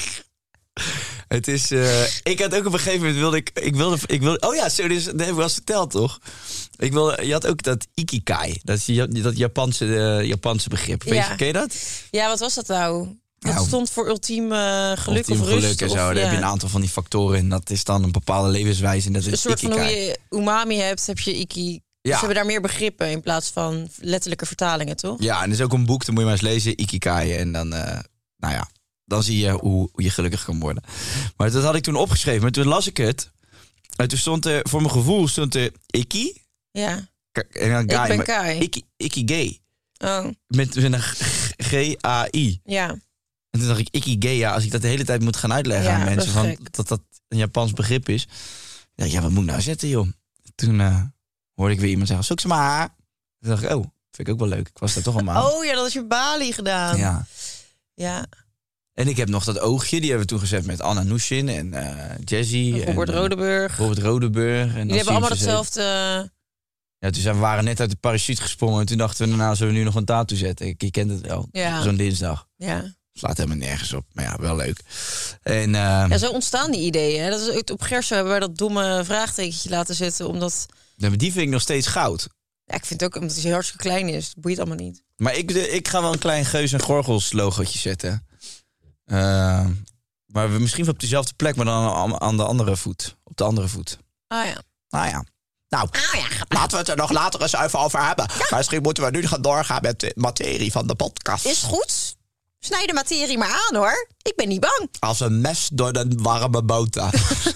het is... Uh, ik had ook op een gegeven moment wilde ik... ik wilde, ik wilde, oh ja, zo, dus, dat heb ik wel eens verteld, toch? Ik wilde, je had ook dat ikigai. Dat is die, dat Japanse, uh, Japanse begrip. Weet Ja. je, ken je dat? Ja, wat was dat nou? Dat Nou, stond voor ultiem uh, geluk Ultiem of rust. geluk en zo. Of, Daar ja. heb je een aantal van die factoren. En dat is dan een bepaalde levenswijze. En dat is Een soort van hoe ikigai. je umami hebt, heb je iki. Ja. Ze hebben daar meer begrippen in plaats van letterlijke vertalingen, toch? Ja, en er is ook een boek, dan moet je maar eens lezen, Ikigai. En dan, uh, nou ja, dan zie je hoe, hoe je gelukkig kan worden. Maar dat had ik toen opgeschreven. Maar toen las ik het. En toen stond er, voor mijn gevoel, stond er Iki. Ja. K- en dan Ik guy, ben maar Kai. Iki, Ikigay. Oh, Met, met een G A I. ja. En toen dacht ik, Ikigay, ja, als ik dat de hele tijd moet gaan uitleggen Ja, aan dat mensen, is van, gek. dat dat een Japans begrip is. Ja, ja, wat moet ik nou zetten, joh? Toen uh, hoorde ik weer iemand zeggen, zoek ze maar. Toen dacht ik, oh, vind ik ook wel leuk. Ik was daar toch al maand. Oh ja, dat is je Bali gedaan. Ja. Ja. En ik heb nog dat oogje, die hebben we toen gezet met Anna Nushin en uh, Jazzy. Robert en, uh, Rodeburg. Robert Rodeburg. En Die hebben allemaal Nassim Sezet. hetzelfde. Ja, toen zijn we waren net uit de parachute gesprongen. En toen dachten we, nou, zullen we nu nog een tattoo zetten? Ik, je kent het wel. Ja. Zo'n dinsdag. Ja. Slaat helemaal nergens op. Maar ja, wel leuk. En, uh, Ja, zo ontstaan die ideeën. Hè? Dat is ook op Gerso hebben wij dat domme vraagtekentje laten zetten, omdat ja, maar die vind ik nog steeds goud. ja, ik vind het ook omdat hij hartstikke klein is, boeit allemaal niet. Maar ik, de, ik ga wel een klein Geus en Gorgels logootje zetten. Uh, maar we misschien wel op dezelfde plek, maar dan aan, aan de andere voet. Op de andere voet. Ah ja. Nou ja. Nou, laten we het er nog later eens even over hebben. Ja. Misschien moeten we nu gaan doorgaan met de materie van de podcast. Is goed. Snij de materie maar aan, hoor. Ik ben niet bang. Als een mes door de warme boter.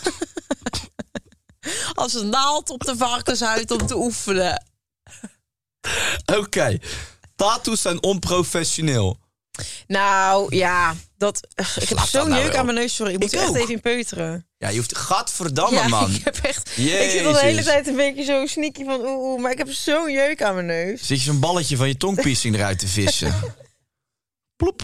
Als een naald op de varkenshuid om te oefenen. Oké. Okay. Tattoos zijn onprofessioneel. Nou, ja. Dat, ik heb zo'n nou jeuk wel. aan mijn neus, sorry. Ik moet Ik echt ook. even in peuteren. Ja, je hoeft... Gadverdamme, Ja, man. ik heb echt... Jezus. Ik zit al de hele tijd een beetje zo sneaky van oeh, oeh, maar ik heb zo'n jeuk aan mijn neus. Zit je zo'n balletje van je tongpiercing eruit te vissen? Plop.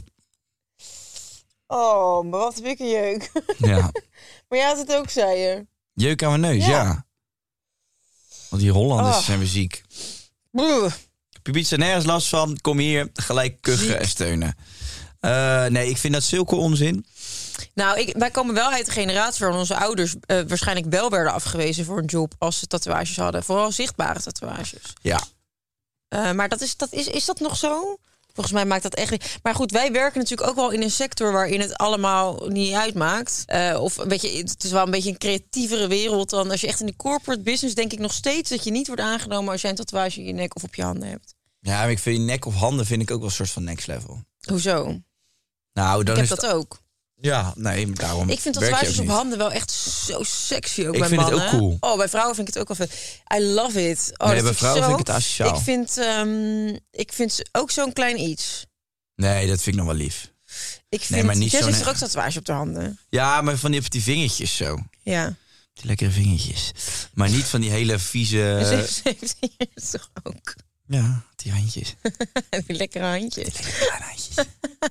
Oh, maar wat heb ik een jeuk. Ja. Maar jij had het ook, zei je. Jeuk aan mijn neus, ja. Ja. Want die Hollanders Oh. zijn weer ziek. Oeh. Publiek er nergens last van. Kom hier, gelijk kuchen Ziek. en steunen. Uh, nee, ik vind dat zulke onzin. Nou, ik, wij komen wel uit de generatie waar onze ouders uh, waarschijnlijk wel werden afgewezen voor een job als ze tatoeages hadden. Vooral zichtbare tatoeages. Ja. Uh, maar dat is, dat is, is dat nog zo? Volgens mij maakt dat echt... Maar goed, wij werken natuurlijk ook wel in een sector waarin het allemaal niet uitmaakt. Uh, of een beetje, het is wel een beetje een creatievere wereld dan... Als je echt in de corporate business denk ik nog steeds dat je niet wordt aangenomen als jij een tatoeage in je nek of op je handen hebt. Ja, maar ik vind je nek of handen vind ik ook wel een soort van next level. Hoezo? Nou, dan Ik is heb dat het... ook. Ja, nee, daarom Ik vind werk je tatoeages ook op niet. handen wel echt zo sexy ook Ik bij vind het mannen. ook cool. Oh, bij vrouwen vind ik het ook wel vet. I love it. Oh, Nee, dat bij ik vrouwen zo... vind ik het asociaal. Ik vind, um, ik vind ook zo'n klein iets. Nee, dat vind ik nog wel lief. Ik vind, Nee, maar niet Jess zo'n- heeft er ook tatoeage op de handen. Ja, maar van die, op die vingertjes zo. Ja. Die lekkere vingertjes. Maar niet van die hele vieze... En ze heeft hier toch ook. Ja, die handjes. Die lekkere handjes. Lekkere kleine handjes.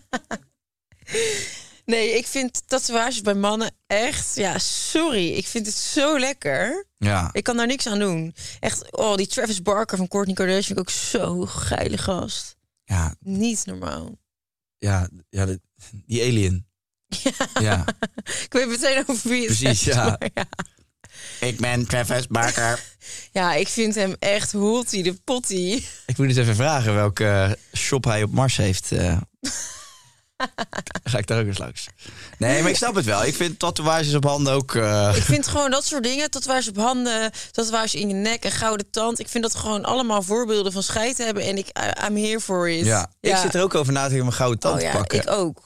Nee, ik vind tatoeages bij mannen echt... Ja, sorry. Ik vind het zo lekker. Ja. Ik kan daar niks aan doen. Echt, oh, die Travis Barker van Kourtney Kardashian vind ik ook zo'n geile gast. Ja, Niet normaal. ja, ja de- die alien. Ja. Ja. Ik weet meteen over wie het Precies, heeft, ja. maar ja. Ik ben Travis Barker. Ja, ik vind hem echt hultie de potty. Ik moet eens even vragen welke shop hij op Mars heeft. Uh... Ga ik daar ook eens langs. Nee, maar ik snap het wel. Ik vind tatoeages op handen ook... Uh... Ik vind gewoon dat soort dingen, tatoeages op handen, tatoeages in je nek, een gouden tand. Ik vind dat gewoon allemaal voorbeelden van scheid hebben. En ik, I, I'm here for it. Ja, ja, ik zit er ook over na te denken om een gouden tand oh, te ja, pakken. Ik ook.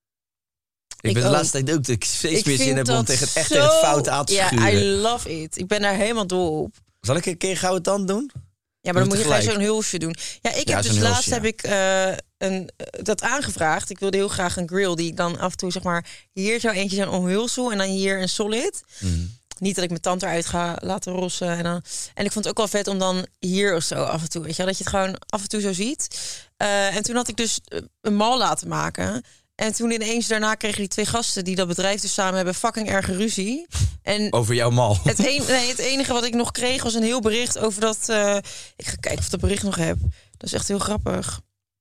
Ik, ik ben de ook. laatste tijd ook dat ik steeds ik meer zin heb om tegen het echt zo... tegen het fout aan te ja, schuren. I love it. Ik ben daar helemaal dol op. Zal ik een keer een gouden tand doen? Ja, maar dan moet je gelijk zo'n hulsje doen. Ja, ik ja, heb dus hulsje, laatst ja. heb ik uh, een, uh, dat aangevraagd. Ik wilde heel graag een grill die ik dan af en toe zeg maar hier zo eentje zo'n omhulsel en dan hier een solid. Mm. Niet dat ik mijn tand eruit ga laten rossen en dan. En ik vond het ook wel vet om dan hier of zo af en toe, weet je wel, dat je het gewoon af en toe zo ziet. Uh, en toen had ik dus een mal laten maken. En toen ineens daarna kregen die twee gasten die dat bedrijf dus samen hebben fucking erge ruzie. En over jouw mal. Het, een, nee, het enige wat ik nog kreeg was een heel bericht over dat... Uh, ik ga kijken of ik dat bericht nog heb. Dat is echt heel grappig.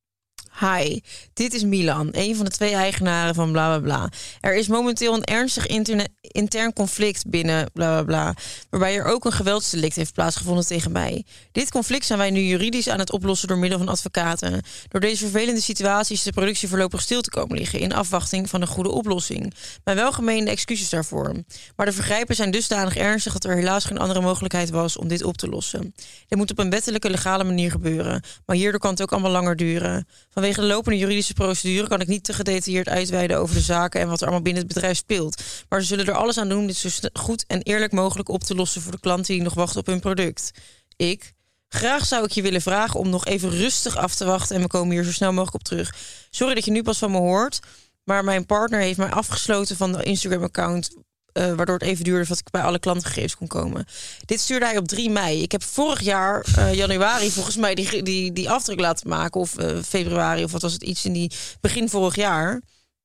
Hi, dit is Milan, een van de twee eigenaren van bla bla bla. Er is momenteel een ernstig interne, intern conflict binnen bla bla bla, waarbij er ook een geweldsdelict heeft plaatsgevonden tegen mij. Dit conflict zijn wij nu juridisch aan het oplossen door middel van advocaten. Door deze vervelende situatie is de productie voorlopig stil te komen liggen in afwachting van een goede oplossing. Mijn welgemeende excuses daarvoor. Maar de vergrijpen zijn dusdanig ernstig dat er helaas geen andere mogelijkheid was om dit op te lossen. Dit moet op een wettelijke, legale manier gebeuren, maar hierdoor kan het ook allemaal langer duren. Vanwege de lopende juridische procedure kan ik niet te gedetailleerd uitweiden over de zaken en wat er allemaal binnen het bedrijf speelt. Maar ze zullen er alles aan doen dit zo goed en eerlijk mogelijk op te lossen voor de klanten die nog wachten op hun product. Ik. Graag zou ik je willen vragen om nog even rustig af te wachten en we komen hier zo snel mogelijk op terug. Sorry dat je nu pas van me hoort, maar mijn partner heeft mij afgesloten van de Instagram-account, Uh, waardoor het even duurde voordat ik bij alle klantgegevens kon komen. Dit stuurde hij op drie mei. Ik heb vorig jaar, uh, januari, volgens mij die, die, die afdruk laten maken. Of uh, februari, of wat was het, iets in die begin vorig jaar.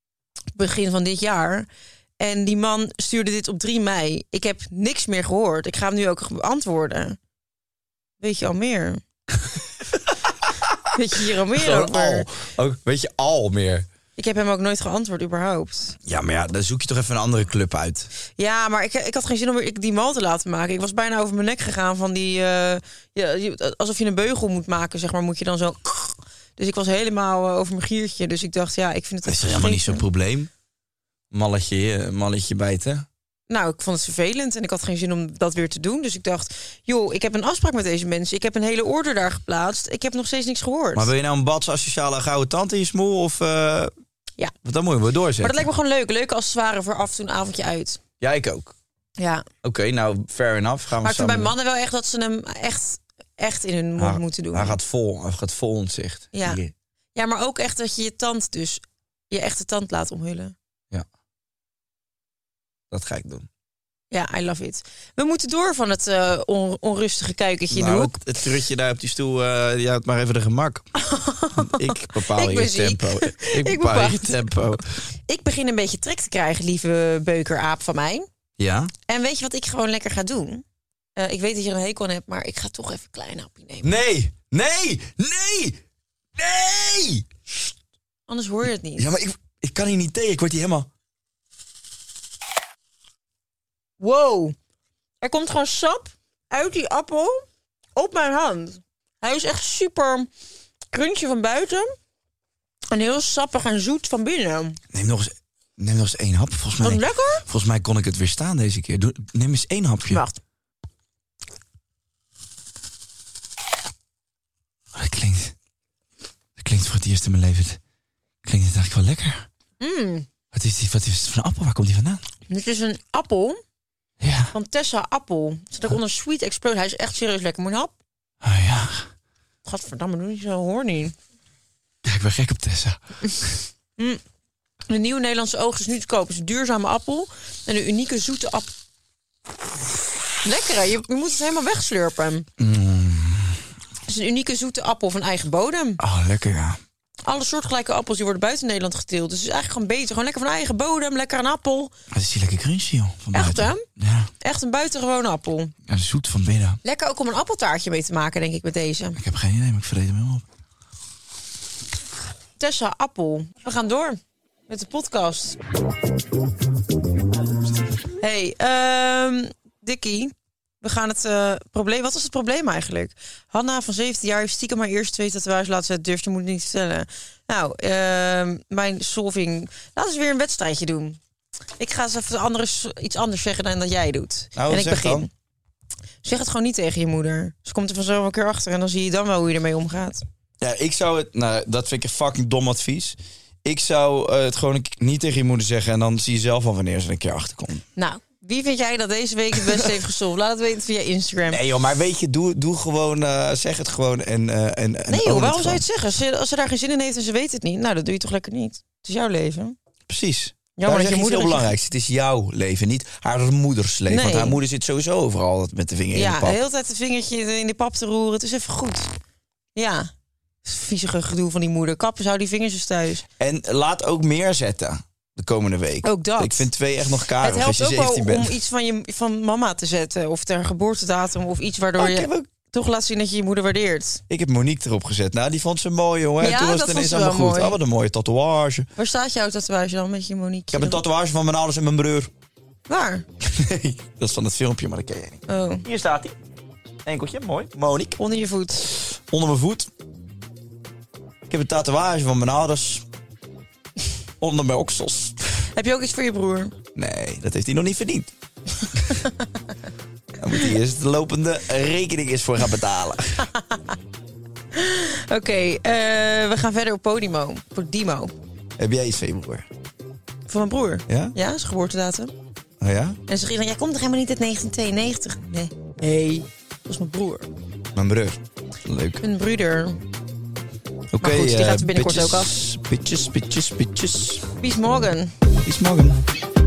Begin van dit jaar. En die man stuurde dit op drie mei. Ik heb niks meer gehoord. Ik ga hem nu ook beantwoorden. Weet je al meer? Weet je hier al meer Gewoon over? Al. Ook, weet je al meer? Ik heb hem ook nooit geantwoord, überhaupt. Ja, maar ja, dan zoek je toch even een andere club uit. Ja, maar ik, ik had geen zin om weer die mal te laten maken. Ik was bijna over mijn nek gegaan van die... Uh, ja, alsof je een beugel moet maken, zeg maar, moet je dan zo... Dus ik was helemaal uh, over mijn giertje. Dus ik dacht, ja, ik vind het... Dat is helemaal niet zo'n probleem. Malletje, malletje bijten. Nou, ik vond het vervelend en ik had geen zin om dat weer te doen. Dus ik dacht, joh, ik heb een afspraak met deze mensen. Ik heb een hele order daar geplaatst. Ik heb nog steeds niks gehoord. Maar wil je nou een Bats asociale gouden tand in je smoel? Of, uh... Ja. Want dan moet je wel doorzetten. Maar dat lijkt me gewoon leuk. Leuk accessoire voor af en toe een avondje uit. Ja, ik ook. Ja. Oké, okay, nou, fair enough. Gaan we maar ik vind bij doen. mannen wel echt dat ze hem echt, echt in hun mond hij, moeten doen. Hij gaat vol. Hij gaat vol ontzicht. Ja. Hier. Ja, maar ook echt dat je je tand dus... je echte tand laat omhullen. Ja. Dat ga ik doen. Ja, I love it. We moeten door van het uh, on- onrustige kuikentje nou, in de hoek. Het, het trutje daar op die stoel, uh, je houdt maar even de gemak. Ik bepaal ik je tempo. Ik bepaal, ik bepaal je tempo. Ik begin een beetje trek te krijgen, lieve beukeraap van mij. Ja? En weet je wat ik gewoon lekker ga doen? Uh, ik weet dat je er een hekel aan hebt, maar ik ga toch even een klein hapje nemen. Nee! Nee! Nee! Nee! Anders hoor je het niet. Ja, maar ik, ik kan hier niet tegen. Ik word hier helemaal... Wow. Er komt gewoon sap uit die appel op mijn hand. Hij is echt super crunchy van buiten. En heel sappig en zoet van binnen. Neem nog eens, neem nog eens één hap. Volgens mij, Wat lekker. Volgens mij kon ik het weerstaan deze keer. Doe, neem eens één hapje. Wacht. Oh, dat klinkt... Dat klinkt voor het eerst in mijn leven... Klinkt het eigenlijk wel lekker. Mm. Wat is die, wat is het voor een appel? Waar komt die vandaan? Dit is een appel. Ja. Van Tessa Appel. Zit ook onder Sweet Explosion. Hij is echt serieus lekker. Moet je een hap? Oh ja. Gadverdamme, doe niet zo horny. Ja, ik ben gek op Tessa. mm. De nieuwe Nederlandse oogst is nu te kopen. Het is een duurzame appel. En een unieke zoete appel. Lekker, hè? Je, je moet het helemaal wegslurpen. Mm. Het is een unieke zoete appel van eigen bodem. Oh, lekker, ja. Alle soortgelijke appels die worden buiten Nederland geteeld. Dus het is eigenlijk gewoon beter. Gewoon lekker van eigen bodem, lekker een appel. Wat is die lekker crunchy, joh. Van echt, buiten. hè? Ja. Echt een buitengewone appel. Ja, zoet van binnen. Lekker ook om een appeltaartje mee te maken, denk ik, met deze. Ik heb geen idee, maar ik vreet hem helemaal op. Tessa Appel. We gaan door met de podcast. Hey, um, Dikkie, we gaan het uh, probleem... Wat was het probleem eigenlijk? Hanna van zeventien jaar heeft stiekem maar eerst twee tatoeages laten zetten. Durft je moet niet vertellen. Nou, uh, mijn solving... Laten we weer een wedstrijdje doen. Ik ga eens even anders, iets anders zeggen dan dat jij doet. Nou, en ik zeg begin. dan. Zeg het gewoon niet tegen je moeder. Ze komt er vanzelf een keer achter en dan zie je dan wel hoe je ermee omgaat. Ja, ik zou het... Nou, dat vind ik een fucking dom advies. Ik zou uh, het gewoon niet tegen je moeder zeggen... en dan zie je zelf al wanneer ze er een keer achterkomt. Nou, wie vind jij dat deze week het beste heeft gesolved? Laat het weten via Instagram. Nee joh, maar weet je, doe, doe gewoon... Uh, zeg het gewoon en... Uh, en, en nee joh, waarom zou je het zeggen? Als ze, als ze daar geen zin in heeft en ze weet het niet... nou, dat doe je toch lekker niet? Het is jouw leven. Precies. Jammer dat je moeder het belangrijkste. Het is jouw leven, niet haar moeders leven. Nee. Want haar moeder zit sowieso overal met de vinger ja, in de pap. Ja, de hele tijd het vingertje in de pap te roeren. Het is even goed. Ja. Viezige gedoe van die moeder. Kappen zou die vingertjes thuis. En laat ook meer zetten de komende week. Ook dat. Ik vind twee echt nog karig. Het helpt als je ook wel bent. om iets van, je, van mama te zetten. Of ter geboortedatum. Of iets waardoor oh, je... toch laat zien dat je je moeder waardeert. Ik heb Monique erop gezet. Nou, die vond ze mooi, jongen. Ja, toen was dat het ineens vond ze allemaal goed. mooi. Oh, wat een mooie tatoeage. Waar staat jouw tatoeage dan met je Monique? Ik heb een tatoeage van mijn ouders en mijn broer. Waar? Nee, dat is van het filmpje, maar dat ken je niet. Oh. Hier staat hij. Enkeltje, mooi. Monique. Onder je voet. Onder mijn voet. Ik heb een tatoeage van mijn ouders. Onder mijn oksels. Heb je ook iets voor je broer? Nee, dat heeft hij nog niet verdiend. Dan moet hij eerst de lopende rekening eens voor gaan betalen. Oké, okay, uh, we gaan verder op Podimo. Podimo. Heb jij iets van je broer? Van mijn broer? Ja? Ja, zijn geboortedatum. Oh ja? En ze zeggen, jij komt er helemaal niet uit negentien tweeënnegentig. Nee. Nee, dat is mijn broer. Mijn broer. Leuk. Een broeder. Oké, okay, die uh, gaat er binnenkort bitches, ook af. Bitches, bitches, bitches. Bis morgen. Bis morgen.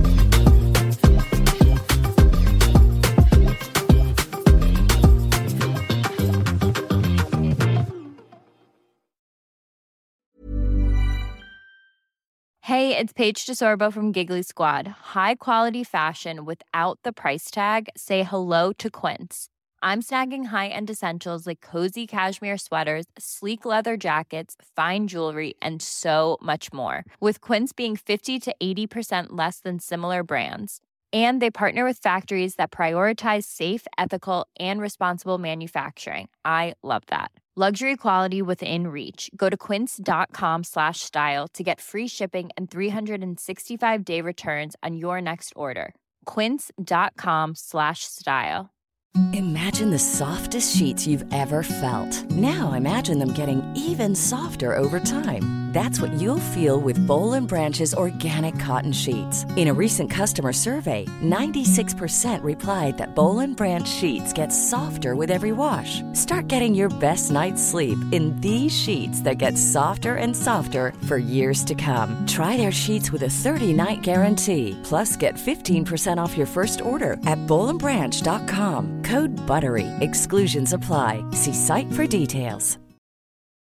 Hey, it's Paige DeSorbo from Giggly Squad. High quality fashion without the price tag. Say hello to Quince. I'm snagging high-end essentials like cozy cashmere sweaters, sleek leather jackets, fine jewelry, and so much more. With Quince being fifty to eighty percent less than similar brands. And they partner with factories that prioritize safe, ethical, and responsible manufacturing. I love that. Luxury quality within reach. Go to quince.com slash style to get free shipping and three sixty-five day returns on your next order. Quince.com slash style. Imagine the softest sheets you've ever felt. Now imagine them getting even softer over time. That's what you'll feel with Boll and Branch's organic cotton sheets. In a recent customer survey, ninety-six percent replied that Boll and Branch sheets get softer with every wash. Start getting your best night's sleep in these sheets that get softer and softer for years to come. Try their sheets with a thirty-night guarantee. Plus, get fifteen percent off your first order at boll and branch dot com. Code BUTTERY. Exclusions apply. See site for details.